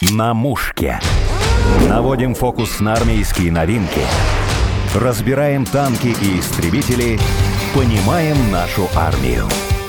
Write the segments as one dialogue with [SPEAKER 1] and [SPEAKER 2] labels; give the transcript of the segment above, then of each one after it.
[SPEAKER 1] На мушке. Наводим фокус на армейские новинки. Разбираем танки и истребители. Понимаем нашу армию.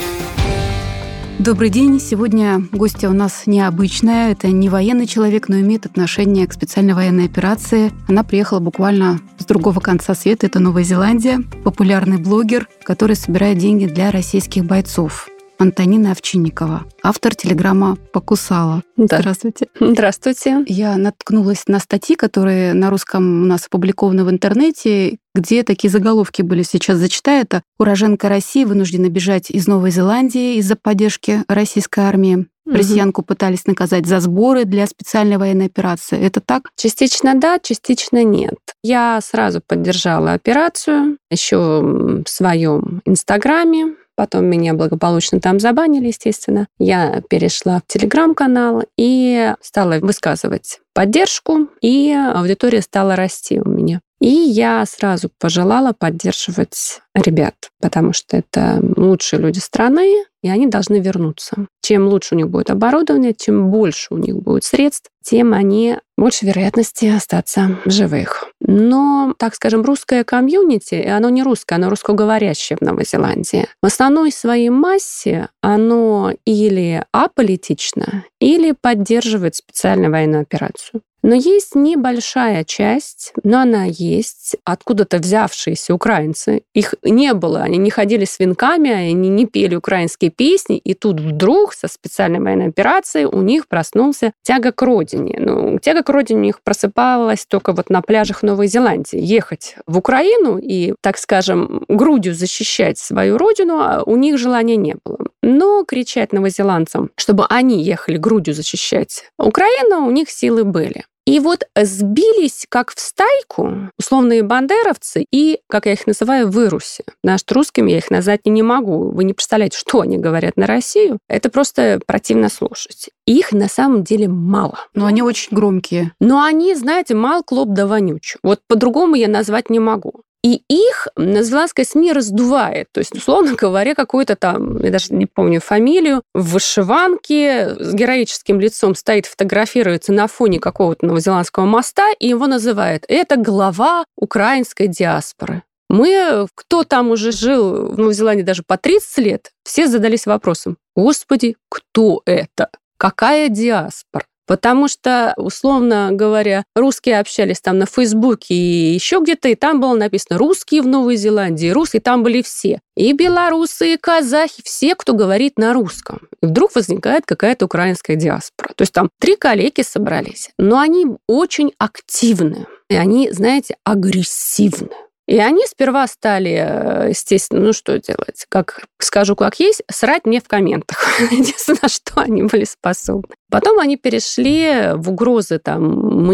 [SPEAKER 2] Добрый день. Сегодня гостья у нас необычная. Это не военный человек, но имеет отношение к специальной военной операции. Она приехала буквально с другого конца света. Это Новая Зеландия. Популярный блогер, который собирает деньги для российских бойцов. Антонина Овчинникова, автор телеграмма «Покусала».
[SPEAKER 3] Да.
[SPEAKER 2] Здравствуйте.
[SPEAKER 3] Здравствуйте.
[SPEAKER 2] Я наткнулась на статьи, которые на русском у нас опубликованы в интернете, где такие заголовки были. Сейчас зачитаю. Это «Уроженка России вынуждена бежать из Новой Зеландии из-за поддержки российской армии». Россиянку пытались наказать за сборы для специальной военной операции. Это так?
[SPEAKER 3] Частично да, частично нет. Я сразу поддержала операцию еще в своем Инстаграме. Потом меня благополучно там забанили, естественно. Я перешла в Телеграм-канал и стала высказывать поддержку, и аудитория стала расти у меня. И я сразу пожелала поддерживать ребят, потому что это лучшие люди страны, и они должны вернуться. Чем лучше у них будет оборудование, чем больше у них будет средств, тем они больше вероятности остаться в живых. Но, так скажем, русское комьюнити, и оно не русское, оно русскоговорящее в Новой Зеландии, в основной своей массе оно или аполитично, или поддерживает специальную военную операцию. Но есть небольшая часть, но она есть, откуда-то взявшиеся украинцы. Их не было, они не ходили с венками, они не пели украинские песни, и тут вдруг со специальной военной операцией у них проснулся тяга к родине. Ну, тяга к родине у них просыпалась только вот на пляжах Новой Зеландии. Ехать в Украину и, так скажем, грудью защищать свою родину у них желания не было. Но кричать новозеландцам, чтобы они ехали грудью защищать Украину, у них силы были. И вот сбились как в стайку условные бандеровцы и, как я их называю, выруси. Потому что русскими я их назвать не могу. Вы не представляете, что они говорят на Россию. Это просто противно слушать. Их на самом деле мало.
[SPEAKER 2] Но они очень громкие.
[SPEAKER 3] Но они, знаете, мал, клоп да вонюч. Вот по-другому я назвать не могу. И их новозеландская СМИ раздувает. То есть, условно говоря, какой-то там, я даже не помню фамилию, в вышиванке с героическим лицом стоит, фотографируется на фоне какого-то новозеландского моста, и его называют «это глава украинской диаспоры». Мы, кто там уже жил в Новой Зеландии даже по 30 лет, все задались вопросом: «Господи, кто это? Какая диаспора?» Потому что, условно говоря, русские общались там на Фейсбуке и еще где-то, и там было написано «русские в Новой Зеландии», русские, там были все. И белорусы, и казахи, все, кто говорит на русском. И вдруг возникает какая-то украинская диаспора. То есть там 3 коллеги собрались, но они очень активны. И они, знаете, агрессивны. И они сперва стали, естественно, ну что делать? Как скажу, как есть, срать мне в комментах. Единственное, на что они были способны. Потом они перешли в угрозы там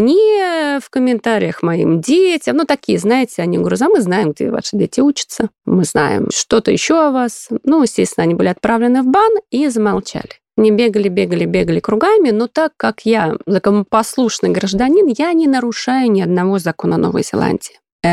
[SPEAKER 3] мне в комментариях, моим детям. Ну, такие, знаете, они угрозы. А мы знаем, где ваши дети учатся. Мы знаем что-то еще о вас. Ну, естественно, они были отправлены в бан и замолчали. Не бегали кругами, но так как я законопослушный гражданин, я не нарушаю ни одного закона Новой Зеландии.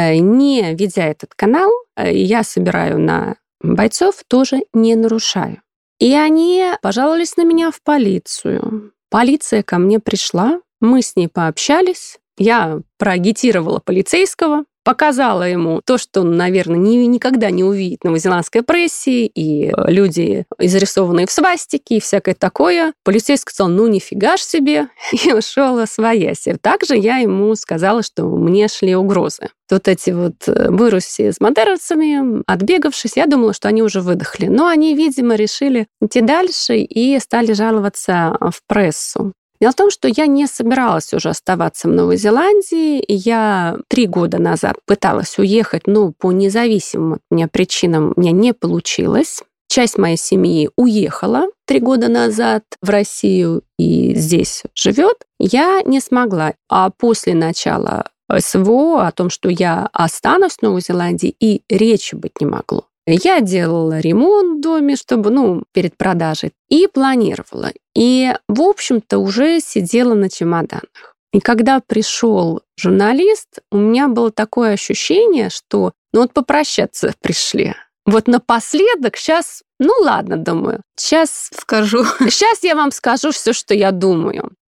[SPEAKER 3] Не ведя этот канал, я собираю на бойцов, тоже не нарушаю. И они пожаловались на меня в полицию. Полиция ко мне пришла, мы с ней пообщались, я проагитировала полицейского, показала ему то, что он, наверное, никогда не увидит в новозеландской прессе, и люди, изрисованные в свастике, и всякое такое. Полицейский сказал: ну, нифига ж себе, и ушел освоясь. Также я ему сказала, что мне шли угрозы. Вот эти вот выруси с бандеровцами, отбегавшись, я думала, что они уже выдохли. Но они, видимо, решили идти дальше и стали жаловаться в прессу. Дело в том, что я не собиралась уже оставаться в Новой Зеландии. Я 3 года назад пыталась уехать, но по независимым от меня причинам у меня не получилось. Часть моей семьи уехала 3 года назад в Россию и здесь живет. Я не смогла. А после начала СВО о том, что я останусь в Новой Зеландии, и речи быть не могло. Я делала ремонт в доме, чтобы, перед продажей, и планировала. И, в общем-то, уже сидела на чемоданах. И когда пришел журналист, у меня было такое ощущение, что, попрощаться пришли. Вот напоследок сейчас, ладно, думаю, сейчас скажу. Сейчас я вам скажу все, что я думаю.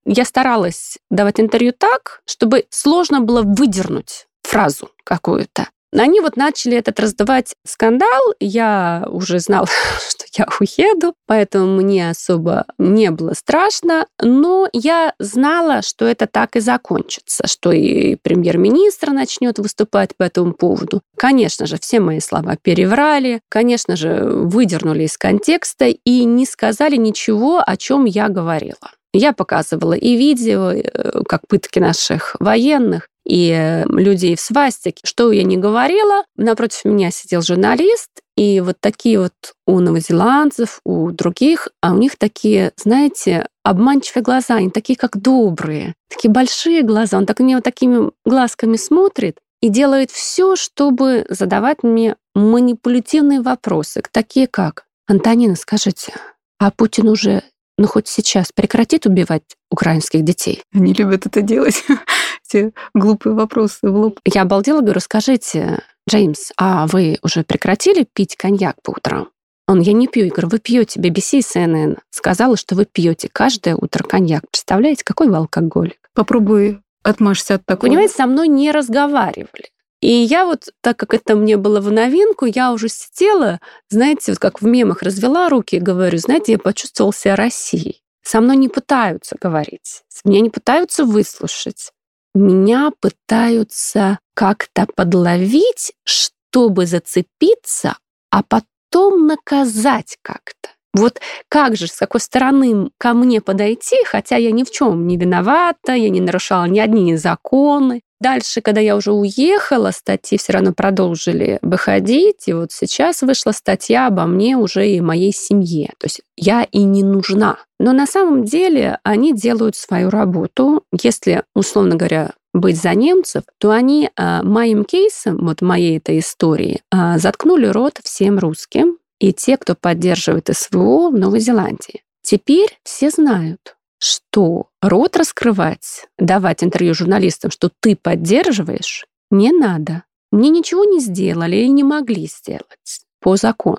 [SPEAKER 3] я старалась давать интервью так, чтобы сложно было выдернуть фразу какую-то. Они вот начали этот раздавать скандал. Я уже знала, что я уеду, поэтому мне особо не было страшно. Но я знала, что это так и закончится, что и премьер-министр начнет выступать по этому поводу. Конечно же, все мои слова переврали, конечно же, выдернули из контекста и не сказали ничего, о чем я говорила. Я показывала и видео, как пытки наших военных, и людей в свастике. Что я не говорила, напротив меня сидел журналист, и вот такие вот у новозеландцев, у других, а у них такие, знаете, обманчивые глаза, они такие как добрые, такие большие глаза, он так на меня вот такими глазками смотрит и делает все, чтобы задавать мне манипулятивные вопросы, такие как: «Антонина, скажите, а Путин уже, хоть сейчас прекратит убивать украинских детей?»
[SPEAKER 2] Они любят это делать. Те глупые вопросы в лоб.
[SPEAKER 3] Я обалдела, говорю: «Скажите, Джеймс, а вы уже прекратили пить коньяк по утрам?» Он: «Я не пью». Я говорю: «Вы пьете, BBC, CNN сказала, что вы пьете каждое утро коньяк. Представляете, какой вы алкоголик?»
[SPEAKER 2] Попробуй отмажься от такого.
[SPEAKER 3] Понимаете, со мной не разговаривали. И я вот, так как это мне было в новинку, я уже сидела, знаете, вот как в мемах, развела руки и говорю: «Знаете, я почувствовала себя Россией. Со мной не пытаются говорить, меня не пытаются выслушать. Меня пытаются как-то подловить, чтобы зацепиться, а потом наказать как-то. Вот как же, с какой стороны ко мне подойти, хотя я ни в чем не виновата, я не нарушала ни одни законы». Дальше, когда я уже уехала, статьи все равно продолжили выходить, и вот сейчас вышла статья обо мне уже и моей семье. То есть я и не нужна. Но на самом деле они делают свою работу. Если, условно говоря, быть за немцев, то они моим кейсом, вот моей этой истории, заткнули рот всем русским и те, кто поддерживает СВО в Новой Зеландии. Теперь все знают, что рот раскрывать, давать интервью журналистам, что ты поддерживаешь, не надо. Мне ничего не сделали и не могли сделать по закону.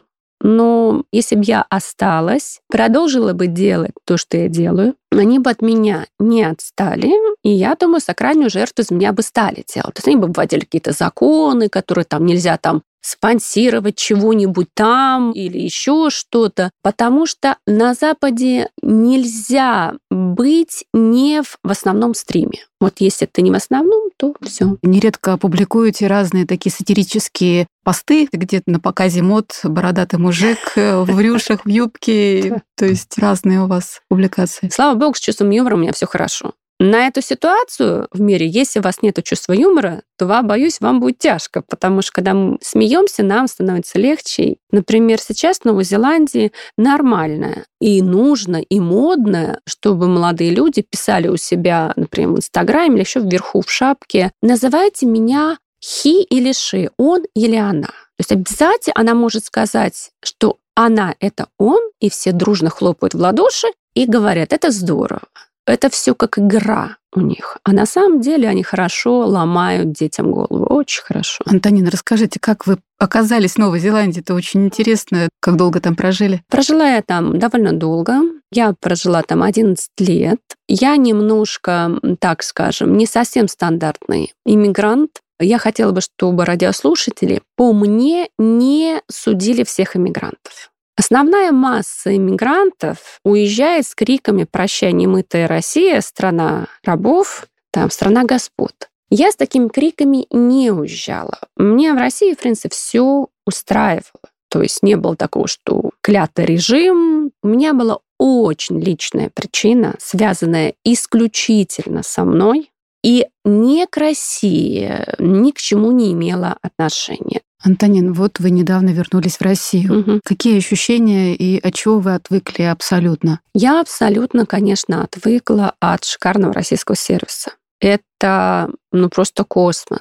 [SPEAKER 3] Но если бы я осталась, продолжила бы делать то, что я делаю, они бы от меня не отстали, и я думаю, сакральную жертву из меня бы стали делать. То есть они бы вводили какие-то законы, которые там нельзя там спонсировать чего-нибудь там или еще что-то, потому что на Западе нельзя быть не в основном стриме. Вот если ты не в основном, то все.
[SPEAKER 2] Нередко публикуете разные такие сатирические посты, где на показе мод бородатый мужик в рюшах, в юбке. То есть разные у вас публикации.
[SPEAKER 3] Слава богу, с чувством юмора у меня все хорошо. На эту ситуацию в мире, если у вас нет чувства юмора, то, боюсь, вам будет тяжко, потому что когда мы смеемся, нам становится легче. Например, сейчас в Новой Зеландии нормально и нужно, и модно, чтобы молодые люди писали у себя, например, в Инстаграме или еще вверху в шапке: «Называйте меня he или she, он или она». То есть обязательно она может сказать, что она — это он, и все дружно хлопают в ладоши и говорят: «Это здорово». Это все как игра у них. А на самом деле они хорошо ломают детям голову. Очень хорошо.
[SPEAKER 2] Антонина, расскажите, как вы оказались в Новой Зеландии? Это очень интересно. Как долго там прожили?
[SPEAKER 3] Прожила я там довольно долго. Я прожила там 11 лет. Я немножко, так скажем, не совсем стандартный иммигрант. Я хотела бы, чтобы радиослушатели по мне не судили всех иммигрантов. Основная масса иммигрантов уезжает с криками: «Прощай, немытая Россия, страна рабов, там, страна господ». Я с такими криками не уезжала. Мне в России, в принципе, все устраивало. То есть не было такого, что клятый режим. У меня была очень личная причина, связанная исключительно со мной, и ни к России, ни к чему не имела отношения.
[SPEAKER 2] Антонин, вот вы недавно вернулись в Россию.
[SPEAKER 3] Угу.
[SPEAKER 2] Какие ощущения и от чего вы отвыкли абсолютно?
[SPEAKER 3] Я абсолютно, конечно, отвыкла от шикарного российского сервиса. Это, просто космос.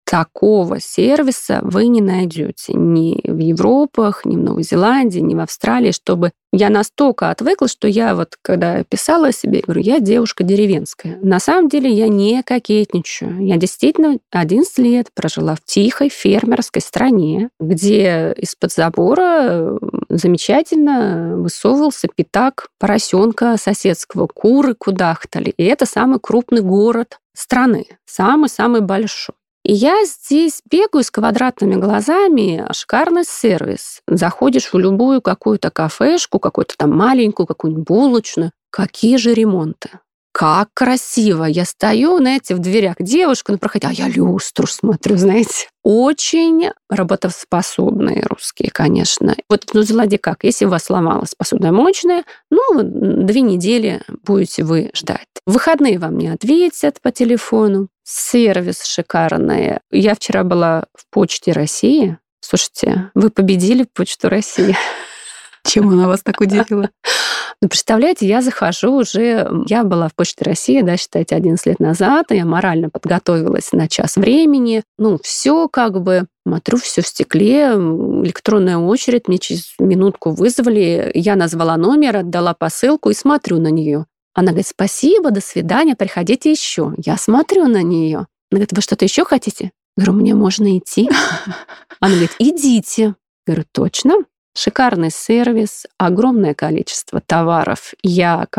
[SPEAKER 3] такого сервиса вы не найдете ни в Европах, ни в Новой Зеландии, ни в Австралии, чтобы... Я настолько отвыкла, что я вот, когда писала о себе, говорю, я девушка деревенская. На самом деле я не кокетничаю. Я действительно 11 лет прожила в тихой фермерской стране, где из-под забора замечательно высовывался пятак поросенка соседского, куры кудахтали. И это самый крупный город страны, самый-самый большой. И я здесь бегаю с квадратными глазами, шикарный сервис. Заходишь в любую какую-то кафешку, какую-то там маленькую, какую-нибудь булочную. Какие же ремонты? Как красиво! Я стою, знаете, в дверях, девушка, проходя, а я люстру смотрю, знаете. Очень работоспособные русские, конечно. Вот в Новой Зеландии как? Если у вас сломалась посудомоечная, 2 недели будете вы ждать. В выходные вам не ответят по телефону. Сервис шикарный. Я вчера была в Почте России. Слушайте, вы победили Почту России.
[SPEAKER 2] Чем она вас так удивила?
[SPEAKER 3] Представляете, я захожу уже... Я была в Почте России, считайте, 11 лет назад. Я морально подготовилась на час времени. Все смотрю, все в стекле, электронная очередь. Мне через минутку вызвали. Я назвала номер, отдала посылку и смотрю на нее. Она говорит, спасибо, до свидания, приходите еще. Я смотрю на нее. Она говорит, вы что-то еще хотите? Говорю, мне можно идти? Она говорит, идите. Говорю, точно? Шикарный сервис, огромное количество товаров. Я,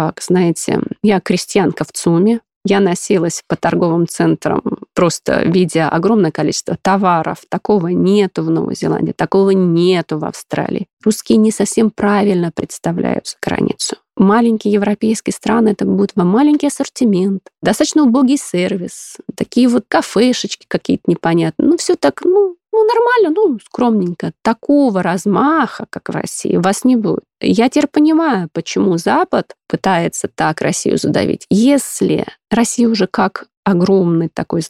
[SPEAKER 3] я крестьянка в ЦУМе. Я носилась по торговым центрам, просто видя огромное количество товаров. Такого нету в Новой Зеландии, такого нету в Австралии. Русские не совсем правильно представляют за границу. Маленькие европейские страны, это будет вам маленький ассортимент, достаточно убогий сервис, такие вот кафешечки какие-то непонятные. Все так, нормально, скромненько. Такого размаха, как в России, у вас не будет. Я теперь понимаю, почему Запад пытается так Россию задавить. Если Россия уже как огромный такой,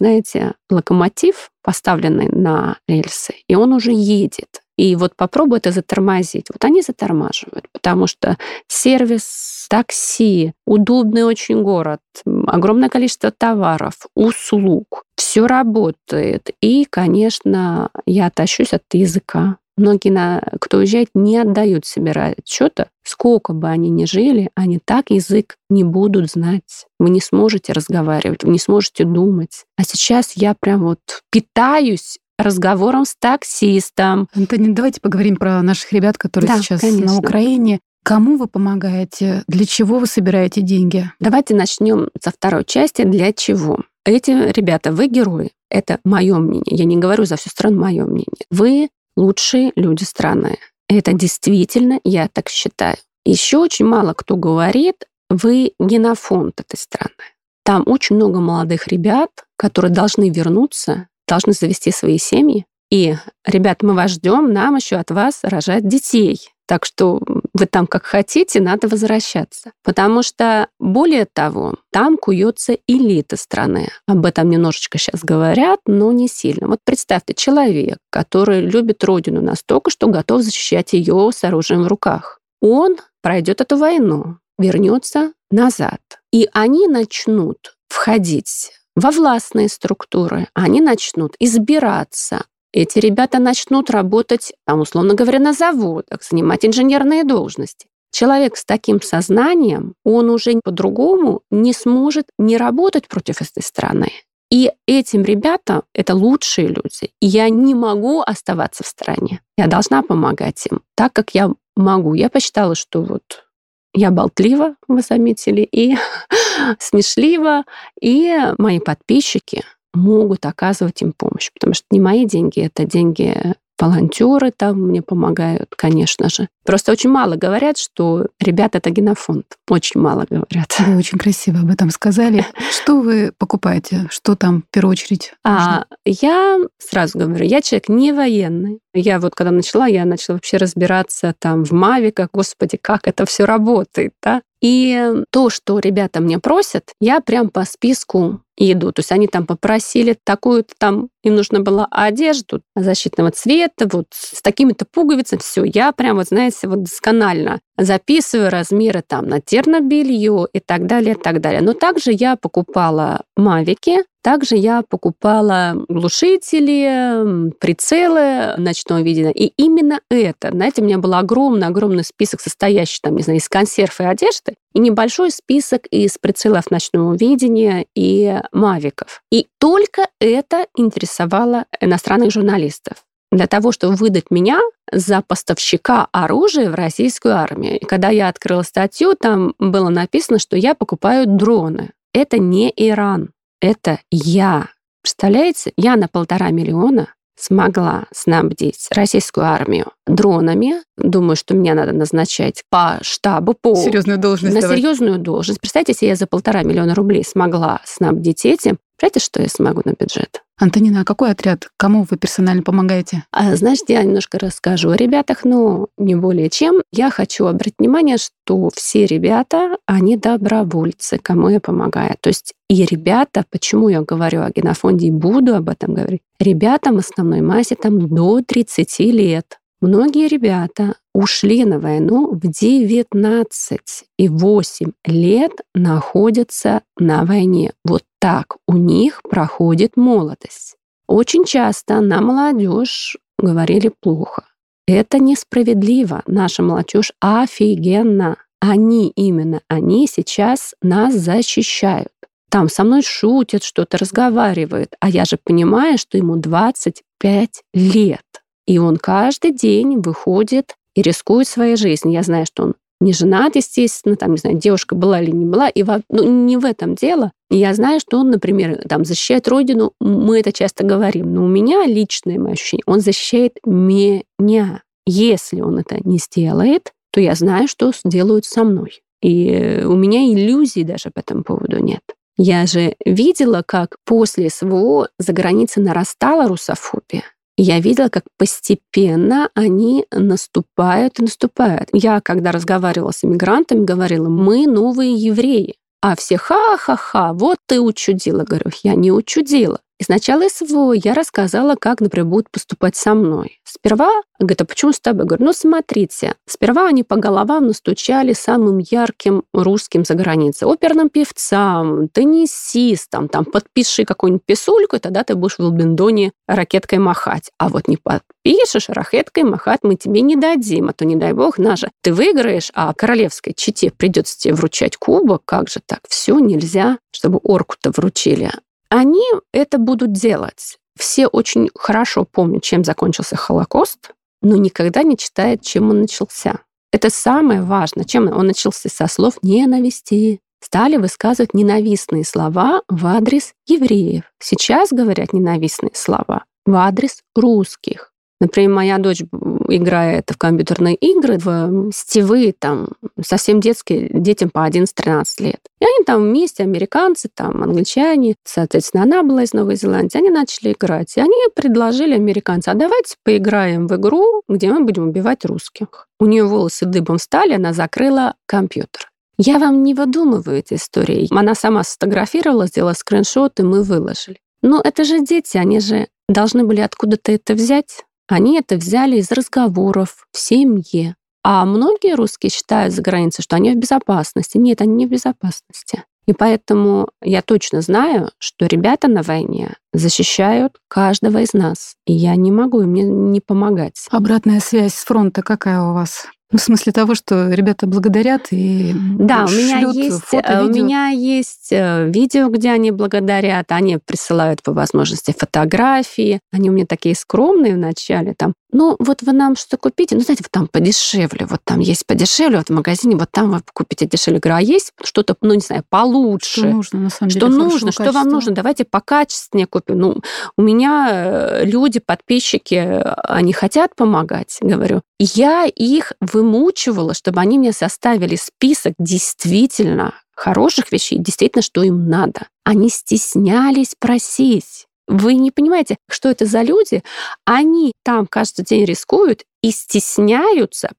[SPEAKER 3] локомотив, поставленный на рельсы, и он уже едет, и вот попробуй это затормозить. Вот они затормаживают, потому что сервис, такси, удобный очень город, огромное количество товаров, услуг, все работает. И, конечно, я тащусь от языка. Многие, кто уезжает, не отдают себе отчета, сколько бы они ни жили, они так язык не будут знать. Вы не сможете разговаривать, вы не сможете думать. А сейчас я прям питаюсь разговором с таксистом.
[SPEAKER 2] Антонина, давайте поговорим про наших ребят, которые сейчас на Украине. Кому вы помогаете? Для чего вы собираете деньги?
[SPEAKER 3] Давайте начнем со второй части. Для чего? Эти ребята, вы герои. Это мое мнение. Я не говорю за всю страну, мое мнение. Вы лучшие люди страны. Это действительно, я так считаю. Еще очень мало кто говорит, вы генофонд этой страны. Там очень много молодых ребят, которые должны вернуться, должны завести свои семьи. И, ребят, мы вас ждем, нам еще от вас рожать детей. Так что вы там как хотите, надо возвращаться. Потому что, более того, там куется элита страны. Об этом немножечко сейчас говорят, но не сильно. Вот представьте, человек, который любит родину настолько, что готов защищать ее с оружием в руках. Он пройдет эту войну, вернется назад. И они начнут входить во властные структуры, они начнут избираться. Эти ребята начнут работать, условно говоря, на заводах, занимать инженерные должности. Человек с таким сознанием, он уже по-другому не сможет не работать против этой страны. И этим ребятам, это лучшие люди, и я не могу оставаться в стороне. Я должна помогать им так, как я могу. Я посчитала, что я болтлива, вы заметили, и смешлива, и мои подписчики могут оказывать им помощь, потому что не мои деньги, это деньги волонтеры там мне помогают, конечно же. Просто очень мало говорят, что ребята, это генофонд. Очень мало говорят.
[SPEAKER 2] Вы очень красиво об этом сказали. Что вы покупаете? Что там в первую очередь нужно?
[SPEAKER 3] Я сразу говорю, я человек не военный. Я когда начала вообще разбираться там в мавиках, господи, как это все работает, да? И то, что ребята мне просят, я прям по списку еду. То есть они там попросили такую-то там, им нужно было одежду защитного цвета, вот с такими-то пуговицами. Все, я прям, вот знаете, вот досконально записываю размеры там на термобелье и так далее, и так далее. Но также я покупала мавики, также я покупала глушители, прицелы ночного видения. И именно это, знаете, у меня был огромный список, состоящий там, не знаю, из консерв и одежды, и небольшой список из прицелов ночного видения и мавиков. И только это интересовало иностранных журналистов. Для того, чтобы выдать меня за поставщика оружия в российскую армию. И когда я открыла статью, там было написано, что я покупаю дроны. Это не Иран. Это я. Представляете? Я на 1,5 миллиона смогла снабдить российскую армию дронами. Думаю, что меня надо назначать по штабу,
[SPEAKER 2] серьезную должность
[SPEAKER 3] на
[SPEAKER 2] давать.
[SPEAKER 3] серьезную должность. Представьте, если я за 1,5 миллиона рублей смогла снабдить этим, представляете, что я смогу на бюджет?
[SPEAKER 2] Антонина, а какой отряд? Кому вы персонально помогаете?
[SPEAKER 3] Значит, я немножко расскажу о ребятах, но не более чем. Я хочу обратить внимание, что все ребята, они добровольцы, кому я помогаю. То есть и ребята, почему я говорю о генофонде и буду об этом говорить, ребятам в основной массе там до 30 лет. Многие ребята ушли на войну в 19 и 8 лет находятся на войне. Вот так у них проходит молодость. Очень часто на молодежь говорили плохо. Это несправедливо. Наша молодежь офигенна. Именно они сейчас нас защищают. Там со мной шутят, что-то разговаривают. А я же понимаю, что ему 25 лет. И он каждый день выходит и рискует своей жизнью. Я знаю, что он не женат, естественно, там, не знаю, девушка была или не была, и не в этом дело. И я знаю, что он, например, там, защищает родину, мы это часто говорим, но у меня личное мое ощущение, он защищает меня. Если он это не сделает, то я знаю, что сделают со мной. И у меня иллюзий даже по этому поводу нет. Я же видела, как после СВО за границей нарастала русофобия. Я видела, как постепенно они наступают и наступают. Я, когда разговаривала с иммигрантами, говорила, мы новые евреи. А все ха-ха-ха, вот ты учудила. Говорю, я не учудила. И с начала СВО я рассказала, как, например, будут поступать со мной. Сперва, говорит, а почему с тобой? Говорю, смотрите, сперва они по головам настучали самым ярким русским за границей. Оперным певцам, теннисистам, там, подпиши какую-нибудь писульку, и тогда ты будешь в Лондоне ракеткой махать. А вот не подпишешь, ракеткой махать мы тебе не дадим, а то, не дай бог, ты выиграешь, а королевской чете придется тебе вручать кубок, как же так? Все нельзя, чтобы орку-то вручили. Они это будут делать. Все очень хорошо помнят, чем закончился Холокост, но никогда не читают, чем он начался. Это самое важное. Чем он начался? Со слов ненависти. Стали высказывать ненавистные слова в адрес евреев. Сейчас говорят ненавистные слова в адрес русских. Например, моя дочь играет в компьютерные игры, в сетевые, там, совсем детские, детям по 11-13 лет. И они там вместе, американцы, там, англичане, соответственно, она была из Новой Зеландии, они начали играть. И они предложили американцам, а давайте поиграем в игру, где мы будем убивать русских. У нее волосы дыбом встали, она закрыла компьютер. Я вам не выдумываю эти истории. Она сама сфотографировала, сделала скриншот, и мы выложили. Но это же дети, они же должны были откуда-то это взять. Они это взяли из разговоров в семье. А многие русские считают за границей, что они в безопасности. Нет, они не в безопасности. И поэтому я точно знаю, что ребята на войне защищают каждого из нас. И я не могу им не помогать.
[SPEAKER 2] Обратная связь с фронта какая у вас? В смысле того, что ребята благодарят и
[SPEAKER 3] да,
[SPEAKER 2] шлют фото, видео.
[SPEAKER 3] У меня есть видео, где они благодарят, они присылают по возможности фотографии. Они у меня такие скромные вначале. Там, вот вы нам что купите? Знаете, вот там подешевле, вот там есть подешевле, вот в магазине, вот там вы купите дешевле. Говорю, а есть что-то, не знаю, получше?
[SPEAKER 2] Что нужно, на самом деле,
[SPEAKER 3] что нужно, что вам нужно? Давайте покачественнее купим. У меня люди, подписчики, они хотят помогать, говорю. Я их вымучивала, чтобы они мне составили список действительно хороших вещей, действительно, что им надо. Они стеснялись просить. Вы не понимаете, что это за люди? Они там каждый день рискуют и стесняются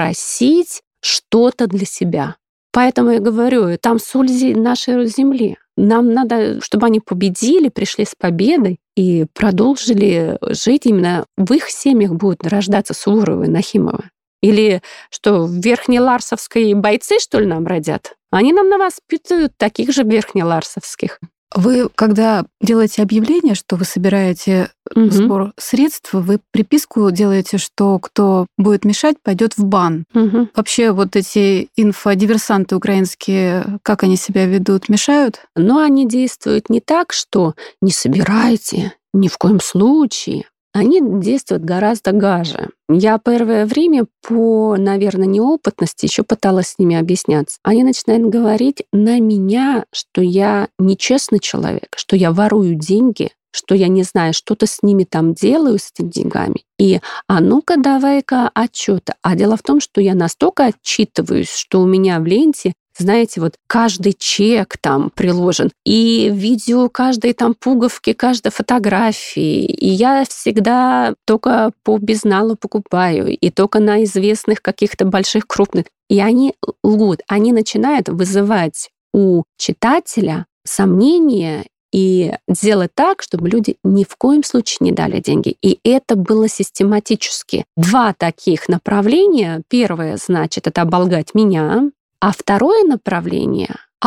[SPEAKER 3] попросить что-то для себя. Поэтому я говорю, там соль нашей земли. нам надо, чтобы они победили, пришли с победой и продолжили жить. Именно в их семьях будут рождаться Суворовы, Нахимовы. Или что, в Верхнеларсовской бойцы, что ли, нам родят? Они нам навоспитывают таких же верхнеларсовских.
[SPEAKER 2] Вы, когда делаете объявление, что вы собираете сбор средств, вы приписку делаете, что кто будет мешать, пойдет в бан. Вообще вот эти инфодиверсанты украинские, как они себя ведут, мешают?
[SPEAKER 3] Но они действуют не так, что не собирайте, ни в коем случае. Они действуют гораздо гаже. Я первое время по, наверное, неопытности еще пыталась с ними объясняться. Они начинают говорить на меня, что я нечестный человек, что я ворую деньги, что я не знаю, что-то с ними там делаю, с этими деньгами. И а ну-ка давай-ка отчеты. А дело в том, что я настолько отчитываюсь, что у меня в ленте, знаете, вот каждый чек там приложен, и видео каждой там пуговки, каждой фотографии. И я всегда только по безналу покупаю, и только на известных каких-то больших, крупных. И они лгут. Они начинают вызывать у читателя сомнения и делать так, чтобы люди ни в коем случае не дали деньги. И это было систематически. 2 таких направления. Первое, значит, это оболгать меня. А второе направление —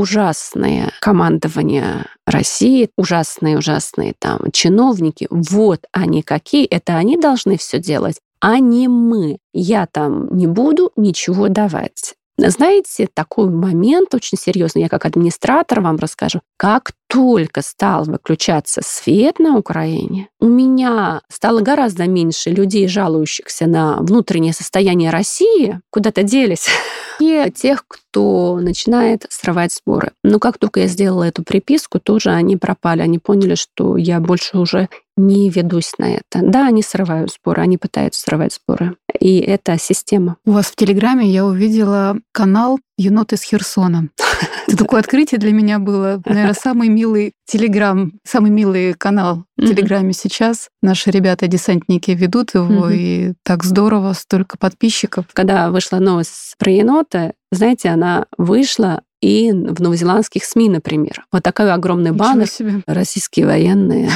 [SPEAKER 3] ужасное командование России, ужасные там чиновники. Вот они какие, это они должны все делать, а не мы. Я там не буду ничего давать. Знаете, такой момент очень серьезный, я как администратор вам расскажу. Как только стал выключаться свет на Украине, у меня стало гораздо меньше людей, жалующихся на внутреннее состояние России, куда-то делись, и тех, кто начинает срывать сборы. Но как только я сделала эту приписку, тоже они пропали. Они поняли, что я больше уже не ведусь на это. Да, они срывают сборы, они пытаются срывать сборы. И это система.
[SPEAKER 2] У вас в Телеграме я увидела канал «Енот из Херсона». Это такое открытие для меня было. Наверное, самый милый Телеграм, самый милый канал в Телеграме сейчас. Наши ребята-десантники ведут его, и так здорово, столько подписчиков.
[SPEAKER 3] Когда вышла новость про енота, знаете, она вышла и в новозеландских СМИ, например. Вот такой огромный баннер. Российские военные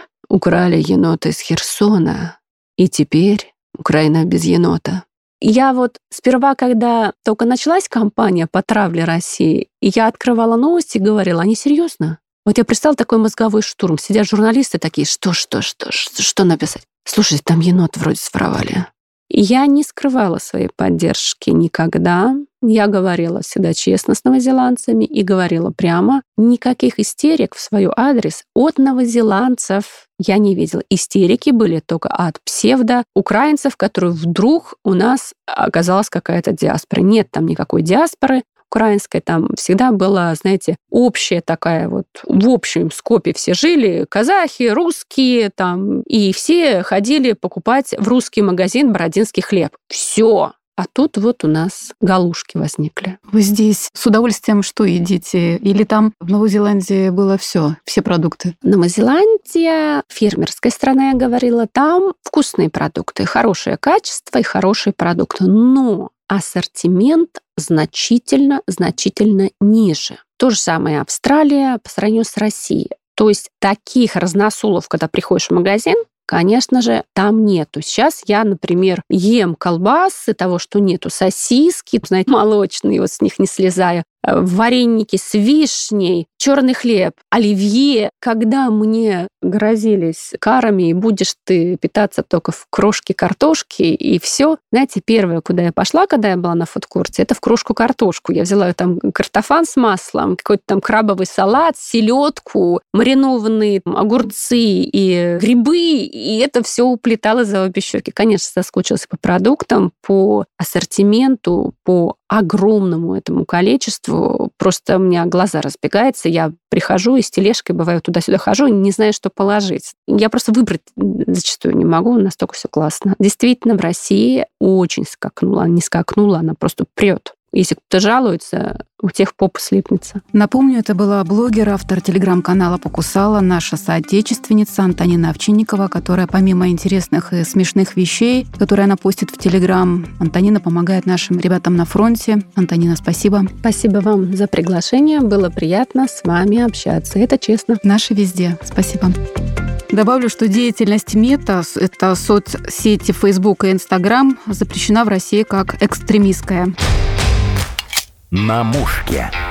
[SPEAKER 3] украли енота из Херсона, и теперь Украина без енота. Я вот сперва, когда только началась кампания по травле России, и я открывала новости и говорила, они серьезно? Вот я представила такой мозговой штурм. Сидят журналисты такие, что написать? Слушайте, там енот вроде своровали. И я не скрывала своей поддержки никогда. Я говорила всегда честно с новозеландцами и говорила прямо. Никаких истерик в свой адрес от новозеландцев я не видела. Истерики были только от псевдо-украинцев, которые вдруг у нас оказалась какая-то диаспора. Нет там никакой диаспоры украинской, там всегда была, знаете, общая такая вот, в общем скопе все жили, казахи, русские там, и все ходили покупать в русский магазин бородинский хлеб. Все. А тут вот у нас галушки возникли.
[SPEAKER 2] Вы здесь с удовольствием что едите? Или там в Новой Зеландии было все продукты?
[SPEAKER 3] Новозеландия, фермерская страна, я говорила, там вкусные продукты, хорошее качество и хорошие продукты. Но ассортимент значительно ниже. То же самое Австралия по сравнению с Россией. То есть таких разносолов, когда приходишь в магазин, конечно же, там нету. Сейчас я, например, ем колбасы, того, что нету, сосиски, знаете, молочные, вот с них не слезаю, вареники с вишней, черный хлеб, оливье. Когда мне грозились карами, и будешь ты питаться только в крошке картошки, и все. Знаете, первое, куда я пошла, когда я была на фудкорте, это в крошку-картошку. Я взяла там картофан с маслом, какой-то там крабовый салат, селедку, маринованные огурцы и грибы, и это все уплетала за обе щеки. Конечно, соскучилась по продуктам, по ассортименту, по огромному этому количеству. Просто у меня глаза разбегаются. Я прихожу и с тележкой, бываю, туда-сюда хожу, не знаю, что положить. Я просто выбрать зачастую не могу, настолько все классно. Действительно, в России очень скакнула. Не скакнула, она просто прет. Если кто-то жалуется, у тех попа слипнется.
[SPEAKER 2] Напомню, это была блогер, автор телеграм-канала «Покусала», наша соотечественница Антонина Овчинникова, которая помимо интересных и смешных вещей, которые она постит в телеграм, Антонина помогает нашим ребятам на фронте. Антонина, спасибо.
[SPEAKER 3] Спасибо вам за приглашение. Было приятно с вами общаться. Это честно.
[SPEAKER 2] Наши везде. Спасибо. Добавлю, что деятельность Мета, это соцсети Facebook и Instagram, запрещена в России как экстремистская.
[SPEAKER 1] На мушке.